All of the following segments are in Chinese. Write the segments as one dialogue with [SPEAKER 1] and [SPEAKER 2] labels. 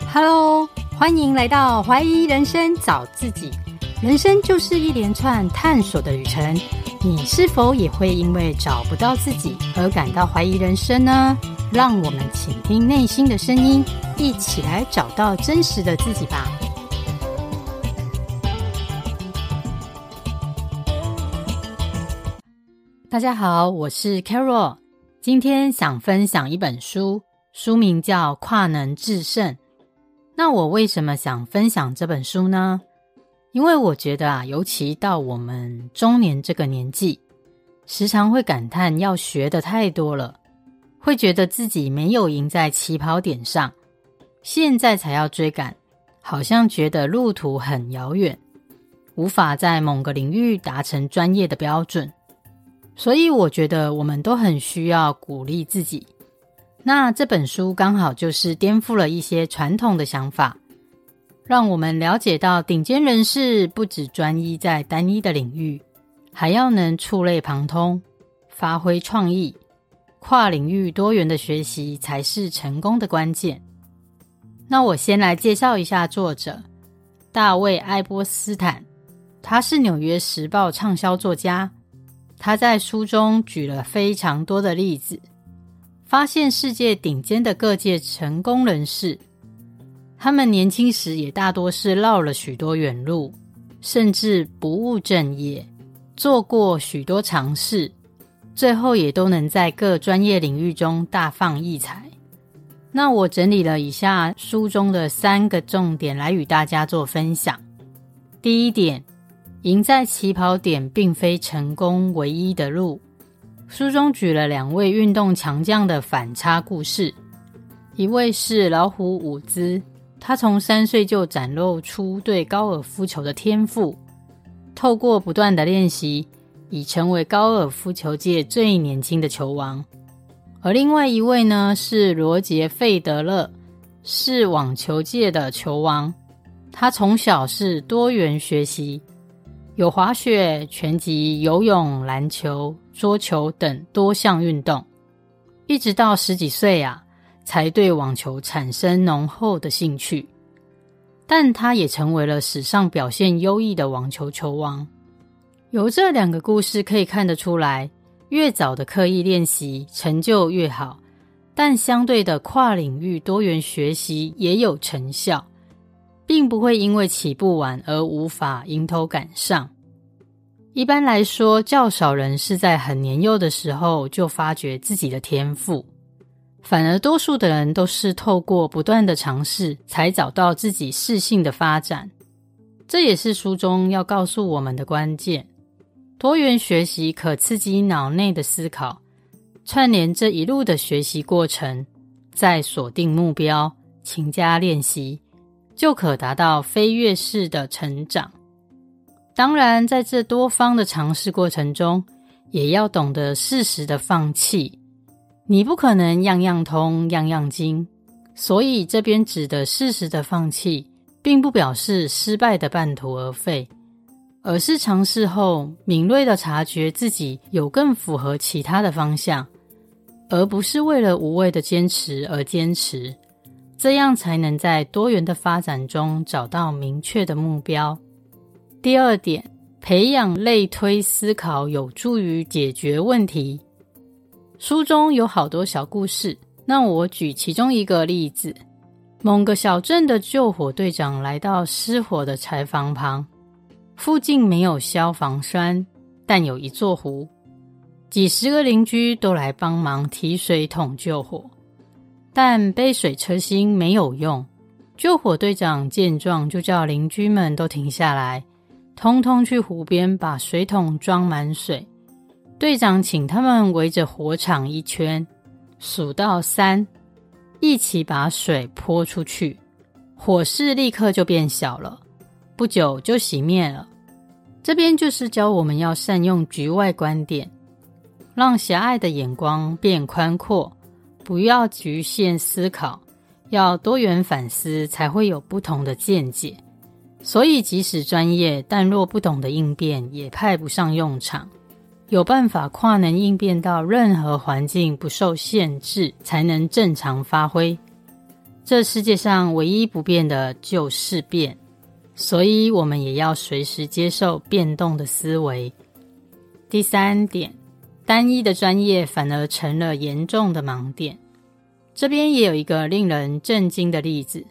[SPEAKER 1] Hello， 欢迎来到怀疑人生找自己。人生就是一连串探索的旅程，你是否也会因为找不到自己而感到怀疑人生呢？让我们倾听内心的声音，一起来找到真实的自己吧。大家好，我是 Carol， 今天想分享一本书，书名叫《跨能制胜》。那我为什么想分享这本书呢？因为我觉得尤其到我们中年这个年纪，时常会感叹要学的太多了，会觉得自己没有赢在起跑点上，现在才要追赶，好像觉得路途很遥远，无法在某个领域达成专业的标准。所以我觉得我们都很需要鼓励自己。那这本书刚好就是颠覆了一些传统的想法，让我们了解到顶尖人士不只专一在单一的领域，还要能触类旁通，发挥创意，跨领域多元的学习才是成功的关键。那我先来介绍一下作者大卫·爱波斯坦，他是纽约时报畅销作家。他在书中举了非常多的例子，发现世界顶尖的各界成功人士，他们年轻时也大多是绕了许多远路，甚至不务正业，做过许多尝试，最后也都能在各专业领域中大放异彩。那我整理了以下书中的3个重点来与大家做分享。第一点，赢在起跑点并非成功唯一的路。书中举了2位运动强将的反差故事，一位是老虎伍兹，他从3岁就展露出对高尔夫球的天赋，透过不断的练习，已成为高尔夫球界最年轻的球王。而另外一位呢，是罗杰·费德勒，是网球界的球王，他从小是多元学习，有滑雪、拳击、游泳、篮球、桌球等多项运动，一直到10几岁才对网球产生浓厚的兴趣。但他也成为了史上表现优异的网球球王。由这2个故事可以看得出来，越早的刻意练习，成就越好，但相对的跨领域多元学习也有成效，并不会因为起步晚而无法迎头赶上。一般来说，较少人是在很年幼的时候就发掘自己的天赋，反而多数的人都是透过不断的尝试才找到自己适性的发展。这也是书中要告诉我们的关键。多元学习可刺激脑内的思考，串联这一路的学习过程，再锁定目标，勤加练习，就可达到飞跃式的成长。当然，在这多方的尝试过程中，也要懂得适时的放弃。你不可能样样通，样样精，所以这边指的适时的放弃，并不表示失败的半途而废，而是尝试后敏锐的察觉自己有更符合其他的方向，而不是为了无谓的坚持而坚持，这样才能在多元的发展中找到明确的目标。第2点，培养类推思考有助于解决问题。书中有好多小故事，那我举其中一个例子。某个小镇的救火队长来到失火的柴房旁，附近没有消防栓，但有一座湖，几十个邻居都来帮忙提水桶救火，但杯水车薪没有用。救火队长见状，就叫邻居们都停下来，通通去湖边把水桶装满水。队长请他们围着火场一圈，数到3，一起把水泼出去，火势立刻就变小了，不久就熄灭了。这边就是教我们要善用局外观点，让狭隘的眼光变宽阔，不要局限思考，要多元反思，才会有不同的见解。所以即使专业，但若不懂得应变，也派不上用场。有办法跨能应变到任何环境不受限制，才能正常发挥。 这世界上唯一不变的就是变，所以我们也要随时接受变动的思维。第3点，单一的专业反而成了严重的盲点。这边也有一个令人震惊的例子，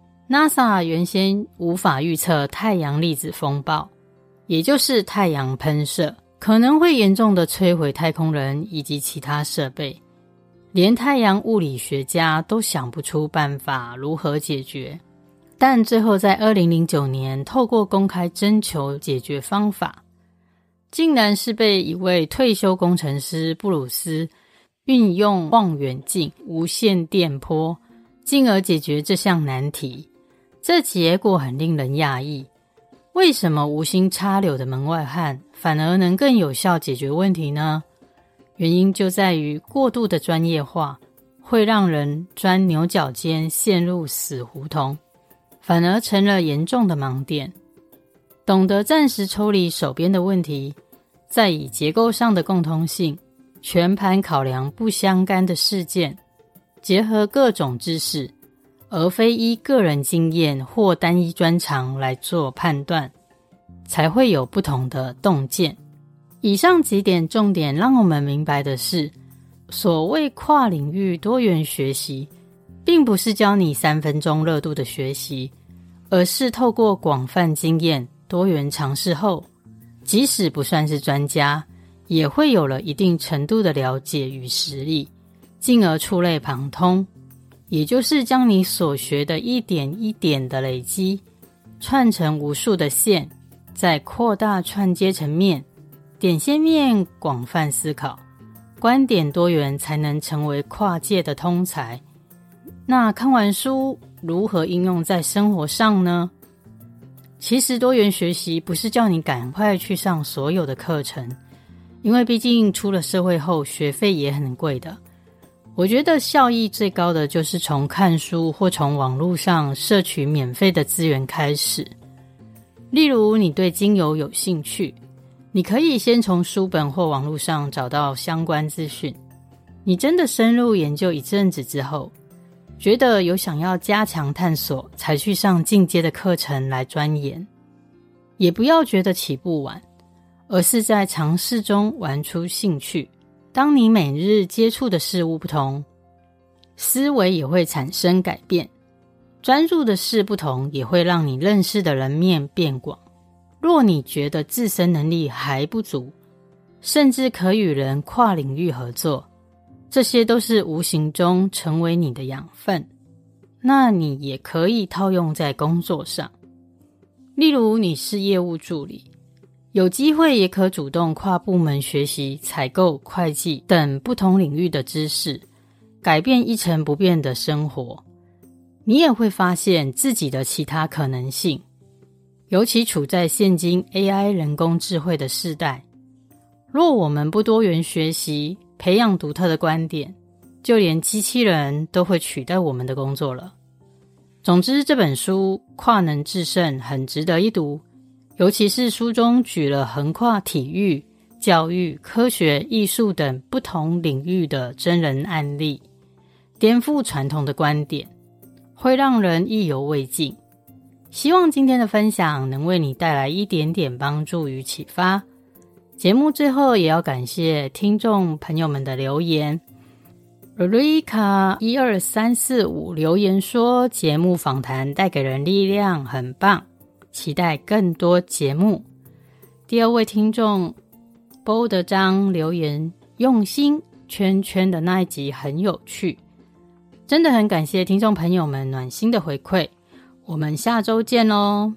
[SPEAKER 1] NASA 原先无法预测太阳粒子风暴，也就是太阳喷射，可能会严重的摧毁太空人以及其他设备，连太阳物理学家都想不出办法如何解决。但最后在2009年透过公开征求解决方法，竟然是被一位退休工程师布鲁斯运用望远镜无线电波，进而解决这项难题。这结果很令人讶异，为什么无心插柳的门外汉反而能更有效解决问题呢？原因就在于过度的专业化会让人钻牛角尖，陷入死胡同，反而成了严重的盲点。懂得暂时抽离手边的问题，再以结构上的共通性全盘考量不相干的事件，结合各种知识，而非依个人经验或单一专长来做判断，才会有不同的洞见。以上几点重点让我们明白的是，所谓跨领域多元学习，并不是教你3分钟热度的学习，而是透过广泛经验、多元尝试后，即使不算是专家，也会有了一定程度的了解与实力，进而触类旁通，也就是将你所学的一点一点的累积，串成无数的线，再扩大串接成面，点线面广泛思考，观点多元才能成为跨界的通才。那看完书如何应用在生活上呢？其实多元学习不是叫你赶快去上所有的课程，因为毕竟出了社会后学费也很贵的。我觉得效益最高的就是从看书或从网络上摄取免费的资源开始。例如你对精油有兴趣，你可以先从书本或网络上找到相关资讯，你真的深入研究一阵子之后，觉得有想要加强探索，才去上进阶的课程来钻研。也不要觉得起步晚，而是在尝试中玩出兴趣。当你每日接触的事物不同，思维也会产生改变，专注的事不同，也会让你认识的人面变广。若你觉得自身能力还不足，甚至可与人跨领域合作，这些都是无形中成为你的养分，那你也可以套用在工作上。例如你是业务助理，有机会也可主动跨部门学习采购、会计等不同领域的知识，改变一成不变的生活。你也会发现自己的其他可能性，尤其处在现今 AI 人工智慧的世代，若我们不多元学习，培养独特的观点，就连机器人都会取代我们的工作了。总之，这本书《跨能制胜》很值得一读，尤其是书中举了横跨体育、教育、科学、艺术等不同领域的真人案例，颠覆传统的观点，会让人意犹未尽。希望今天的分享能为你带来一点点帮助与启发。节目最后也要感谢听众朋友们的留言。Rika12345 留言说，节目访谈带给人力量，很棒，期待更多节目。第二位听众波德章留言，用心圈圈的那一集很有趣，真的很感谢听众朋友们暖心的回馈，我们下周见咯。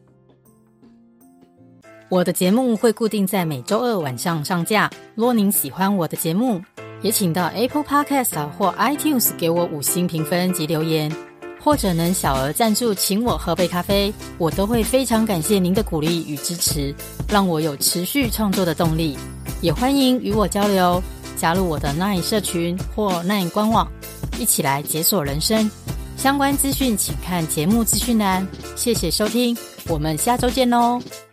[SPEAKER 1] 我的节目会固定在每周二晚上上架，若您喜欢我的节目，也请到 Apple Podcast 或 iTunes 给我5星评分及留言，或者能小额赞助请我喝杯咖啡，我都会非常感谢您的鼓励与支持，让我有持续创作的动力。也欢迎与我交流，加入我的 LINE 社群或 LINE 官网，一起来解锁人生。相关资讯请看节目资讯栏。谢谢收听，我们下周见咯。